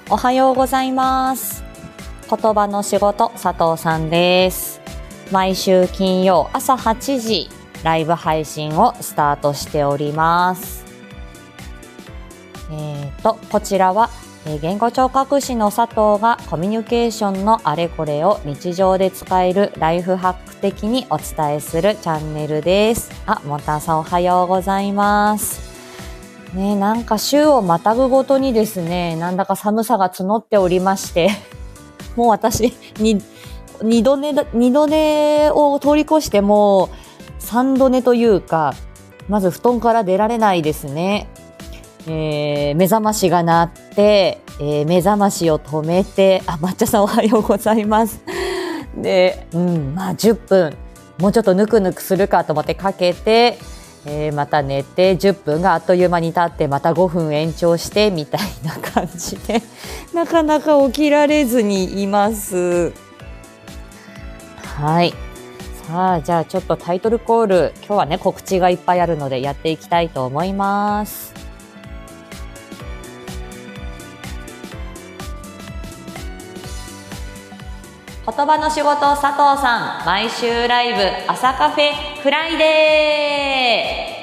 おはようございます。言葉の仕事、佐藤さんです。毎週金曜朝8時、ライブ配信をスタートしております。こちらは、言語聴覚士の佐藤がコミュニケーションのあれこれを日常で使えるライフハック的にお伝えするチャンネルです。もたさんおはようございます。なんか週をまたぐごとにですね、なんだか寒さが募っておりまして、もう私、二度寝を通り越しても三度寝というか、まず布団から出られないですね。目覚ましが鳴って、目覚ましを止めて、抹茶さんおはようございます。で、10分、もうちょっとぬくぬくするかと思ってかけて、また寝て10分があっという間に経ってまた5分延長してみたいな感じでなかなか起きられずにいます。はい。さあ、じゃあちょっとタイトルコール、今日はね告知がいっぱいあるのでやっていきたいと思います。言葉の仕事佐藤さん、毎週ライブ朝カフェフライデ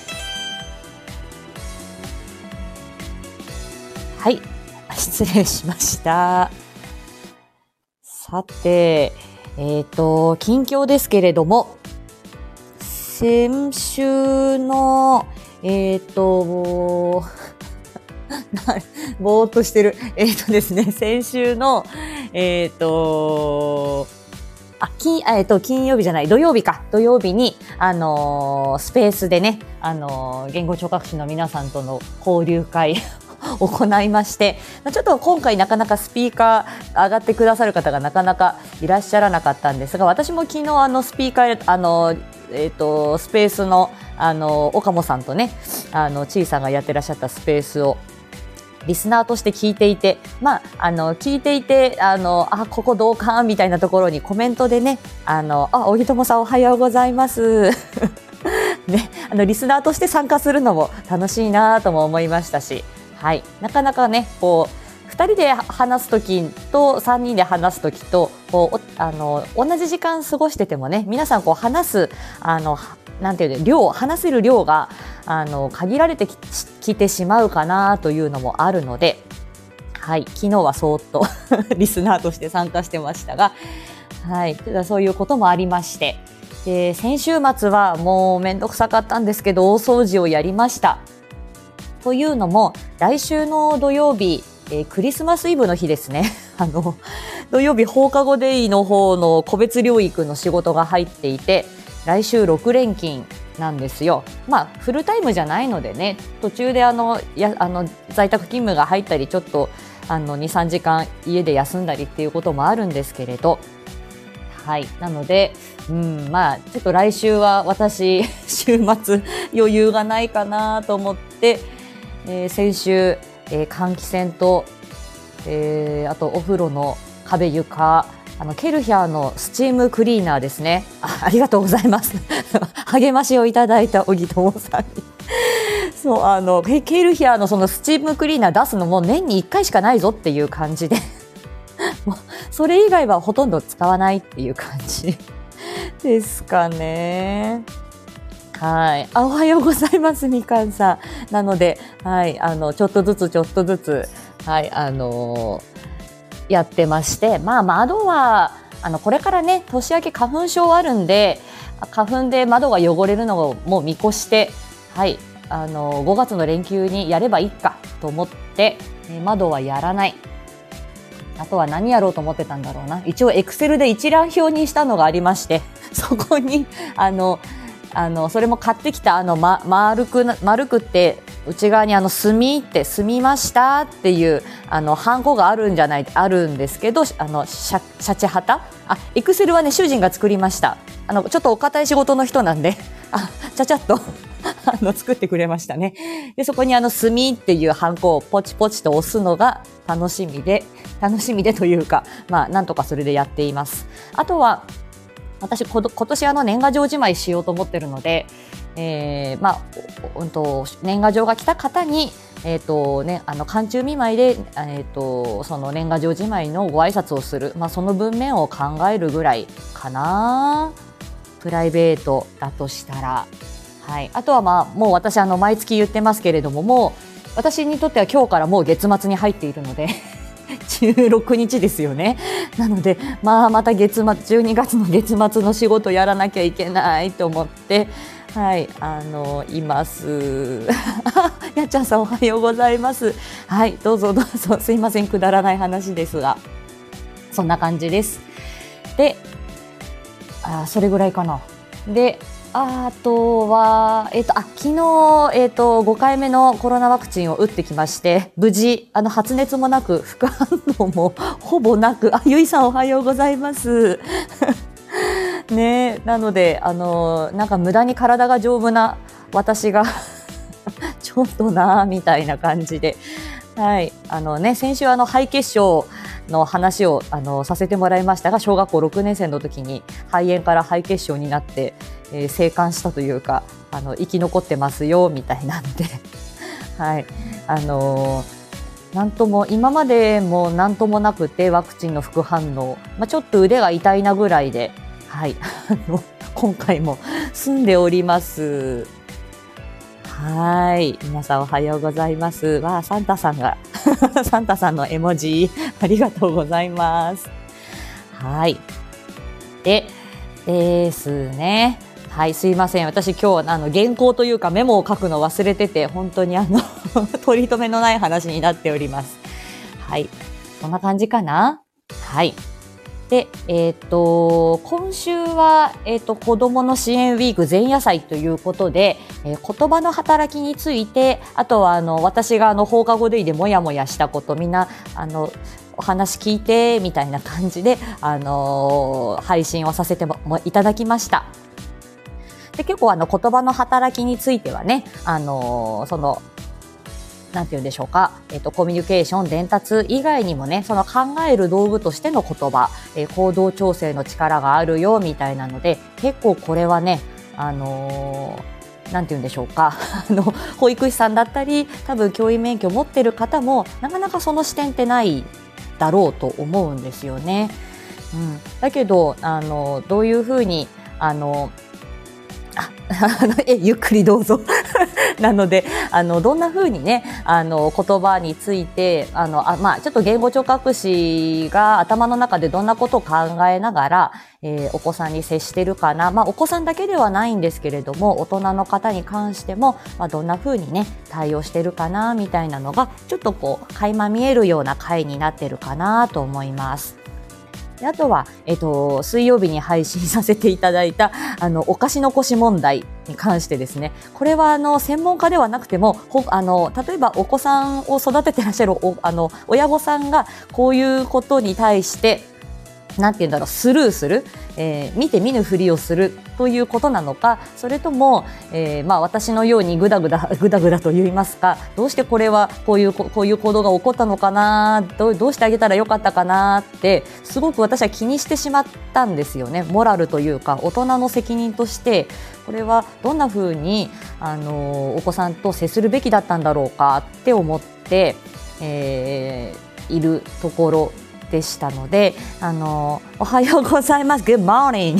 ー。はい、失礼しました。さて、近況ですけれども、先週のぼーっとしてる。ですね、先週の、金曜日じゃない、土曜日か。土曜日に、スペースでね、言語聴覚士の皆さんとの交流会を行いまして、ちょっと今回なかなかスピーカー上がってくださる方がなかなかいらっしゃらなかったんですが、私も昨日スピーカー、スペースの、岡本さんとね、ちいさんがやってらっしゃったスペースをリスナーとして聞いていて、ここどうかみたいなところにコメントでね、おぎともさんおはようございます。ね、リスナーとして参加するのも楽しいなとも思いましたし、はい、なかなかね、こう、2人で話すときと3人で話すときと、同じ時間過ごしててもね、皆さんこう話す、なんていうの、話せる量が限られてきてしまうかなというのもあるので、はい、昨日はそーっとリスナーとして参加してましたが、はい、そういうこともありまして、で先週末はもうめんどくさかったんですけど、大掃除をやりました。というのも、来週の土曜日、クリスマスイブの日ですね。土曜日放課後デイの方の個別療育の仕事が入っていて、来週6連勤なんですよ。フルタイムじゃないのでね、途中で在宅勤務が入ったり、ちょっと2、3時間家で休んだりっていうこともあるんですけれど、はい、なので、ちょっと来週は私週末余裕がないかなと思って、先週、換気扇と、あとお風呂の壁床、ケルヒャーのスチームクリーナーですね。ありがとうございます。励ましをいただいた小木友さんに。そう、ケルヒャーのそのスチームクリーナー出すのも年に1回しかないぞっていう感じで、もうそれ以外はほとんど使わないっていう感じですかね。はい。おはようございます、みかんさん。なので、はい、ちょっとずつ、はい、やってまして、窓はこれからね、年明け花粉症あるんで、花粉で窓が汚れるのをもう見越して、はい、5月の連休にやればいいかと思って、窓はやらない。あとは何やろうと思ってたんだろうな。一応エクセルで一覧表にしたのがありまして、そこにそれも買ってきた丸くって内側に墨って済みましたっていうハンコがあるんですけど、シャチハタ、エクセルはね主人が作りました。ちょっとお堅い仕事の人なんで、ちゃちゃっと作ってくれましたね。でそこに墨っていうハンコをポチポチと押すのが楽しみでというか、なんとかそれでやっています。あとは私今年年賀状じまいしようと思ってるので、年賀状が来た方に寒中見舞いで、その年賀状じまいのご挨拶をする、その文面を考えるぐらいかな。プライベートだとしたら。はい、あとはもう私毎月言ってますけれども、もう私にとっては今日からもう月末に入っているので16日ですよね。なのでまた月末12月の月末の仕事やらなきゃいけないと思って、はい、いますやっちゃんさんおはようございます。はい、どうぞどうぞ、すいません、くだらない話ですが、そんな感じです。で、それぐらいかな。で、あとは、昨日、5回目のコロナワクチンを打ってきまして、無事、発熱もなく、副反応もほぼなく、ゆいさんおはようございます。ね、なので、なんか無駄に体が丈夫な私が、ちょっとなぁ、みたいな感じで、はい、先週肺血症の話をさせてもらいましたが、小学校6年生の時に肺炎から肺血症になって、生還したというか、生き残ってますよみたいなのではい、なんとも今までもなんともなくて、ワクチンの副反応、ちょっと腕が痛いなぐらいで、はい、今回も済んでおります。はい、皆さんおはようございます。サンタさんがサンタさんの絵文字ありがとうございます。はい。でですね。はい、すいません。私今日原稿というかメモを書くの忘れてて、本当に取り留めのない話になっております。はい。そんな感じかな。はい。で、今週は、子どもの支援ウィーク前夜祭ということで、言葉の働きについて、あとは私が放課後デイでもやもやしたこと、みんなお話聞いてみたいな感じで、配信をさせてもいただきました。で、結構言葉の働きについてはね、なんて言うんでしょうか、コミュニケーション伝達以外にもね、その考える道具としての言葉、行動調整の力があるよみたいなので、結構これはね、なんて言うんでしょうか保育士さんだったり、多分教員免許を持ってる方もなかなかその視点ってないだろうと思うんですよね。だけどどういうふうにゆっくりどうぞなのでどんな風にね言葉についてちょっと言語聴覚士が頭の中でどんなことを考えながら、お子さんに接してるかな、お子さんだけではないんですけれども、大人の方に関しても、どんな風にね対応してるかなみたいなのがちょっとこう垣間見えるような回になってるかなと思います。で、あとは、水曜日に配信させていただいた、お菓子残し問題に関してですね、これは、専門家ではなくても、例えばお子さんを育ててらっしゃる親御さんが、こういうことに対して、なんて言うんだろう、スルーする、見て見ぬふりをするということなのか、それとも、私のようにグダグダと言いますか、どうしてこれはこういう行動が起こったのかな、どうしてあげたらよかったかなってすごく私は気にしてしまったんですよね。モラルというか大人の責任として、これはどんなふうにお子さんと接するべきだったんだろうかって思って、いるところでしたので、おはようございます。Good morning.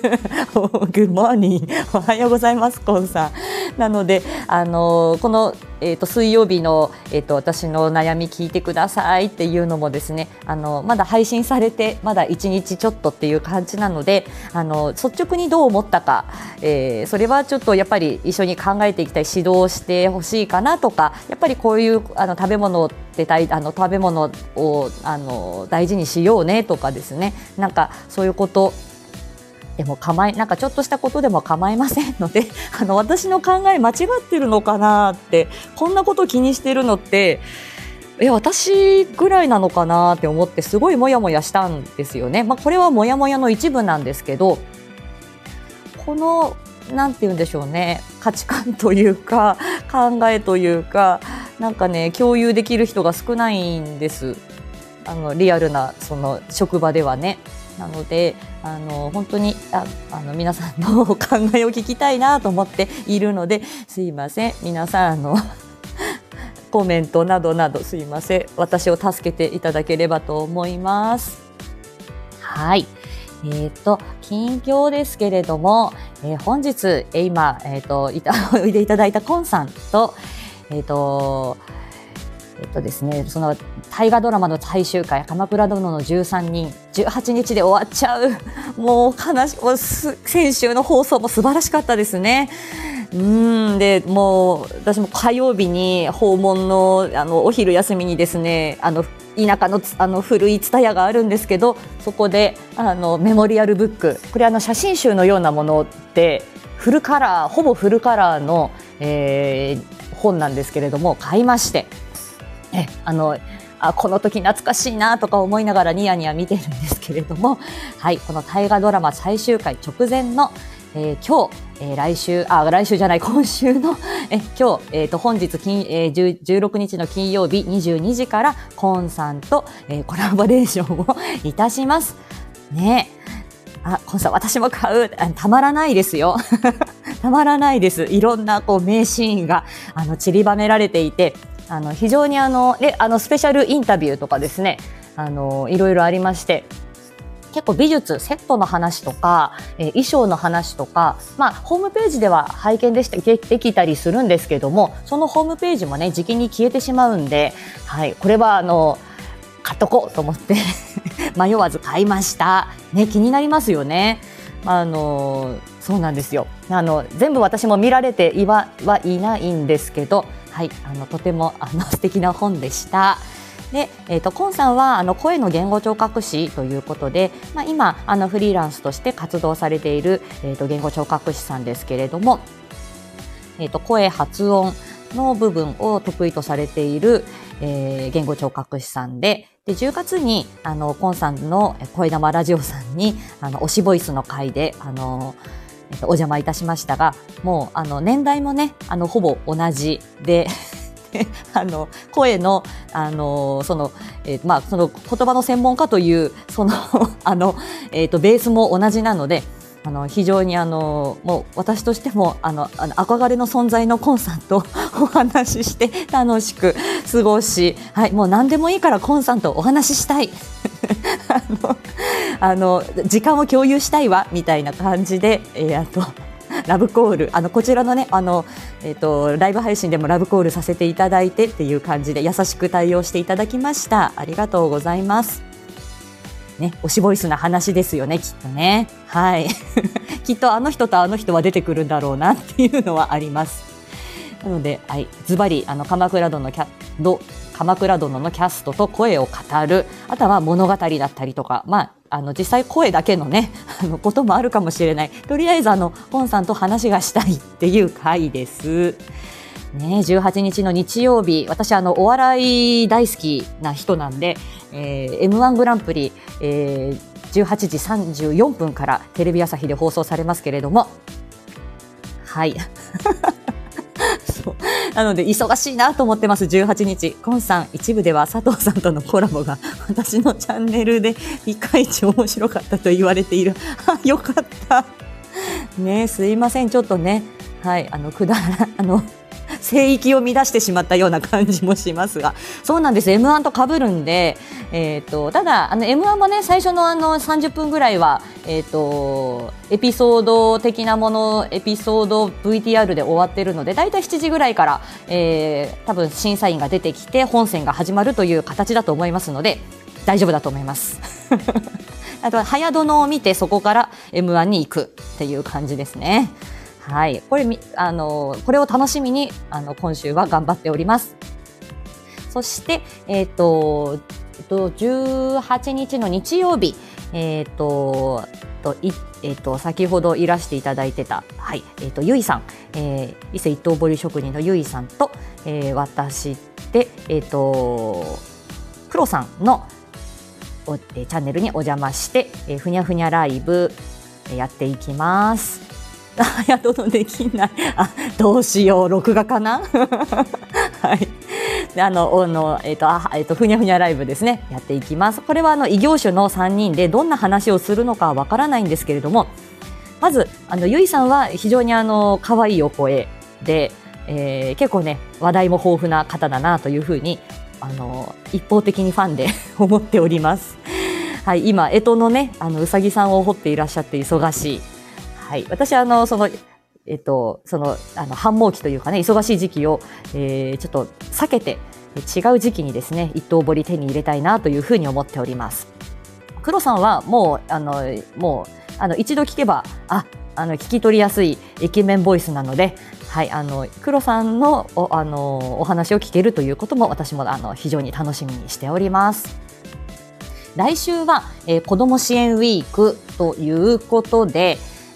Good morning. おはようございます、コンさん。なので、この、水曜日の、私の悩み聞いてくださいっていうのもですね、まだ配信されて、まだ1日ちょっとっていう感じなので、率直にどう思ったか、それはちょっとやっぱり一緒に考えていきたい、指導してほしいかなとか、やっぱりこういう食べ物って食べ物を大事にしようねとかですね、なんかそういうことでもなんかちょっとしたことでも構いませんので、私の考え間違ってるのかなって、こんなこと気にしてるのって私ぐらいなのかなって思って、すごいモヤモヤしたんですよね。これはモヤモヤの一部なんですけど、このなんて言うんでしょうね、価値観というか考えというか、なんかね共有できる人が少ないんです。リアルなその職場ではね。なので本当に皆さんの考えを聞きたいなと思っているので、すいません皆さんコメントなどなどすいません。私を助けていただければと思います。はい。近況ですけれども、本日、今、おいでいただいたコンさんと、ですね、その大河ドラマの最終回、鎌倉殿の13人、18日で終わっちゃう。もう先週の放送も素晴らしかったですね。で、もう私も火曜日に訪問のお昼休みにですね、田舎の古い蔦屋があるんですけど、そこでメモリアルブック、これ写真集のようなものでほぼフルカラーの、本なんですけれども、買いまして、この時懐かしいなとか思いながらニヤニヤ見てるんですけれども、はい、この大河ドラマ最終回直前の、今日、来週じゃない、今週の今日、本日16日の金曜日22時からコンさんと、コラボレーションをいたしますね。コンさん、私も買う。たまらないですよ。たまらないです。いろんな名シーンが散りばめられていて、非常にスペシャルインタビューとかですね、いろいろありまして、結構美術、セットの話とか、衣装の話とか、ホームページでは拝見できたりするんですけども、そのホームページもね、時期に消えてしまうんで、はい、これは買っとこうと思って迷わず買いました。ね、気になりますよね。そうなんですよ。全部私も見られてはいないんですけど、はい、とても素敵な本でした。で、コンさんは声の言語聴覚士ということで、今フリーランスとして活動されている、言語聴覚士さんですけれども、声発音の部分を得意とされている、言語聴覚士さんで、10月にコンさんの声玉ラジオさんに推しボイスの会でお邪魔いたしましたが、もう年代もねほぼ同じで声のその言葉の専門家というベースも同じなので、非常にもう私としても憧れの存在のコンさんとお話しして楽しく過ごし、はい、もう何でもいいからコンさんとお話ししたい時間を共有したいわみたいな感じで、ラブコールこちらのねライブ配信でもラブコールさせていただいてっていう感じで優しく対応していただきました。ありがとうございますね。推しボイスな話ですよね、きっとね。はいきっとあの人とあの人は出てくるんだろうなっていうのはあります。なので、はい、ズバリ鎌倉殿のキャストと声を語る、あとは物語だったりとか、実際声だけのねこともあるかもしれない。とりあえずコンさんと話がしたいっていう回ですね。18日の日曜日、私お笑い大好きな人なんで、M1 グランプリ、18時34分からテレビ朝日で放送されますけれども、はいそうなので忙しいなと思ってます。18日コンさん、一部では佐藤さんとのコラボが私のチャンネルでピカイチ面白かったと言われているよかったね。すいません、ちょっとね、はい、聖域を乱してしまったような感じもしますが、そうなんです。 M1 と被るんで、ただM1 もね、最初の30分ぐらいは、エピソード的なもの、エピソード VTR で終わってるので、だいたい7時ぐらいから、多分審査員が出てきて本戦が始まるという形だと思いますので、大丈夫だと思いますあとは早殿を見て、そこから M1 に行くっていう感じですね。はい、これを楽しみに今週は頑張っております。そして、18日の日曜日、先ほどいらしていただいてた、はい、ゆいさん、伊勢一刀彫り職人のゆいさんと、私で、プロさんのチャンネルにお邪魔して、ふにゃふにゃライブやっていきます。やどのできない。どうしよう、録画かなはい。でふにゃふにゃライブですね、やっていきます。これは異業種の3人でどんな話をするのかわからないんですけれども、まずゆいさんは非常に可愛いお声で、 結構ね話題も豊富な方だなというふうに一方的にファンで思っております。はい、今干支のねうさぎさんを彫っていらっしゃって忙しい。はい、私その繁忙期というかね忙しい時期を、ちょっと避けて違う時期にですね一刀彫り手に入れたいなというふうに思っております。黒さんはもう一度聞けば聞き取りやすいイケメンボイスなので、はい、黒さんのお話を聞けるということも私も非常に楽しみにしております。来週は、子ども支援ウィークということで、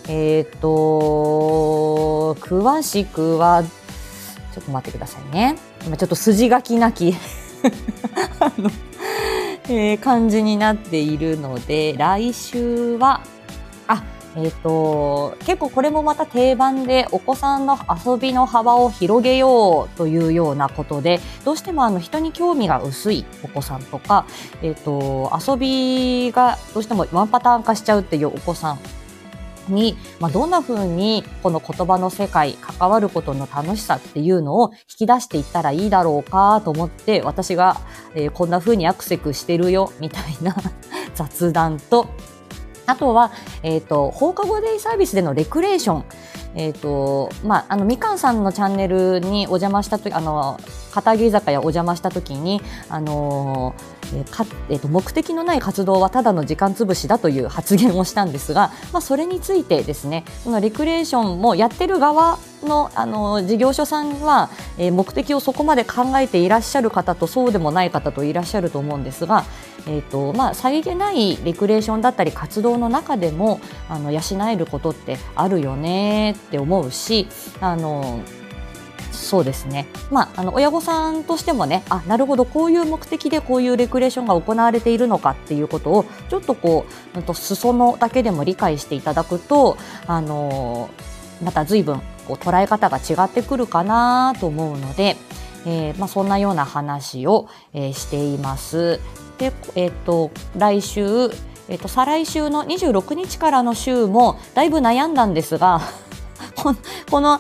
詳しくはちょっと待ってくださいね。今ちょっと筋書きなき感じになっているので、来週は結構これもまた定番でお子さんの遊びの幅を広げようというようなことで、どうしても人に興味が薄いお子さんとか、遊びがどうしてもワンパターン化しちゃうっていうお子さんに、どんな風にこの言葉の世界関わることの楽しさっていうのを引き出していったらいいだろうかと思って、私が、こんな風にアクセクしてるよみたいな雑談と、あとは、放課後デイサービスでのレクレーション。みかんさんのチャンネルにお邪魔したとき、片桐坂屋お邪魔したときに、目的のない活動はただの時間つぶしだという発言をしたんですが、それについてですね、そのレクレーションもやってる側の、事業所さんは、目的をそこまで考えていらっしゃる方とそうでもない方といらっしゃると思うんですが、さりげないレクレーションだったり活動の中でも養えることってあるよねって思うし、そうですね、親御さんとしてもね、なるほど、こういう目的でこういうレクレーションが行われているのかっていうことをちょっと裾野だけでも理解していただくと、また随分捉え方が違ってくるかなと思うので、そんなような話を、しています。で、来週、再来週の26日からの週もだいぶ悩んだんですがこんな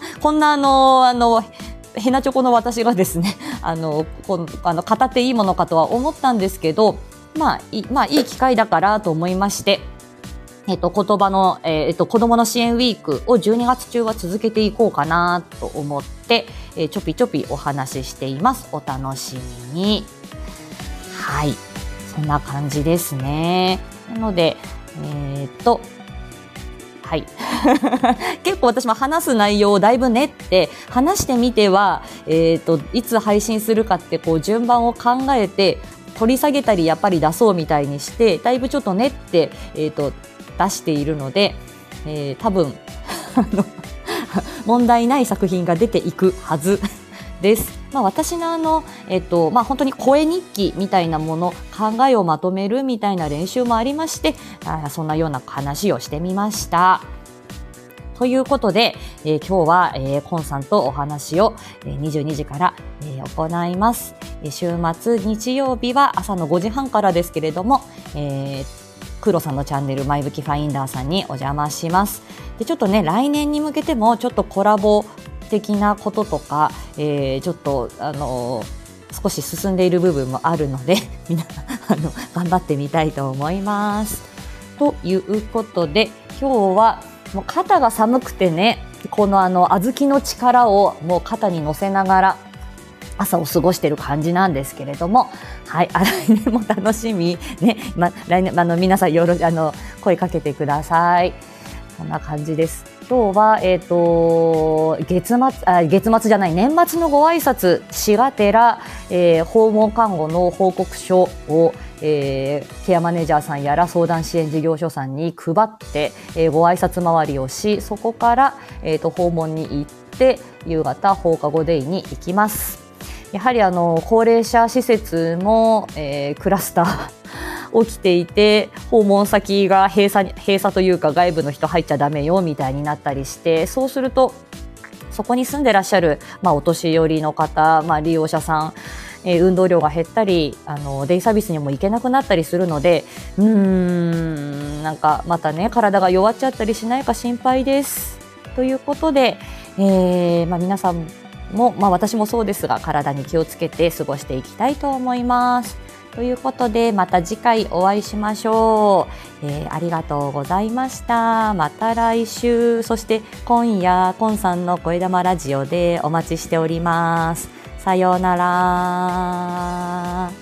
ヘナチョコの私がですね語っていいものかとは思ったんですけど、いい機会だからと思いまして、言葉の、子どもの支援ウィークを12月中は続けていこうかなと思って、ちょぴちょぴお話ししています。お楽しみに。はい、そんな感じですね。なのではい、結構私も話す内容をだいぶ練って話してみては、いつ配信するかって順番を考えて取り下げたりやっぱり出そうみたいにしてだいぶちょっと練って、出しているので、多分問題ない作品が出ていくはずです。私の本当に声日記みたいなもの、考えをまとめるみたいな練習もありまして、そんなような話をしてみました。ということで、今日は、コンさんとお話を、22時から、行います。週末日曜日は朝の5時半からですけれども、黒さんのチャンネル、まいぶきファインダーさんにお邪魔します。で、ちょっとね、来年に向けてもちょっとコラボ的なこととか、ちょっと少し進んでいる部分もあるのでみんな頑張ってみたいと思います。ということで、今日はもう肩が寒くてね、この小豆の力をもう肩に乗せながら朝を過ごしている感じなんですけれども、はい、来年も楽しみね、来年皆さん声かけてください。こんな感じです。今日は月末じゃない年末のご挨拶、しがてら、訪問看護の報告書を、ケアマネージャーさんやら相談支援事業所さんに配って、ご挨拶回りをし、そこから、訪問に行って夕方放課後デイに行きます。やはり高齢者施設も、クラスター起きていて、訪問先が閉鎖というか外部の人入っちゃダメよみたいになったりして、そうするとそこに住んでらっしゃる、お年寄りの方、利用者さん、運動量が減ったりデイサービスにも行けなくなったりするので、なんかまたね体が弱っちゃったりしないか心配です。ということで、皆さんも、私もそうですが、体に気をつけて過ごしていきたいと思います。ということで、また次回お会いしましょう。ありがとうございました。また来週、そして今夜、コンさんの声玉ラジオでお待ちしております。さようなら。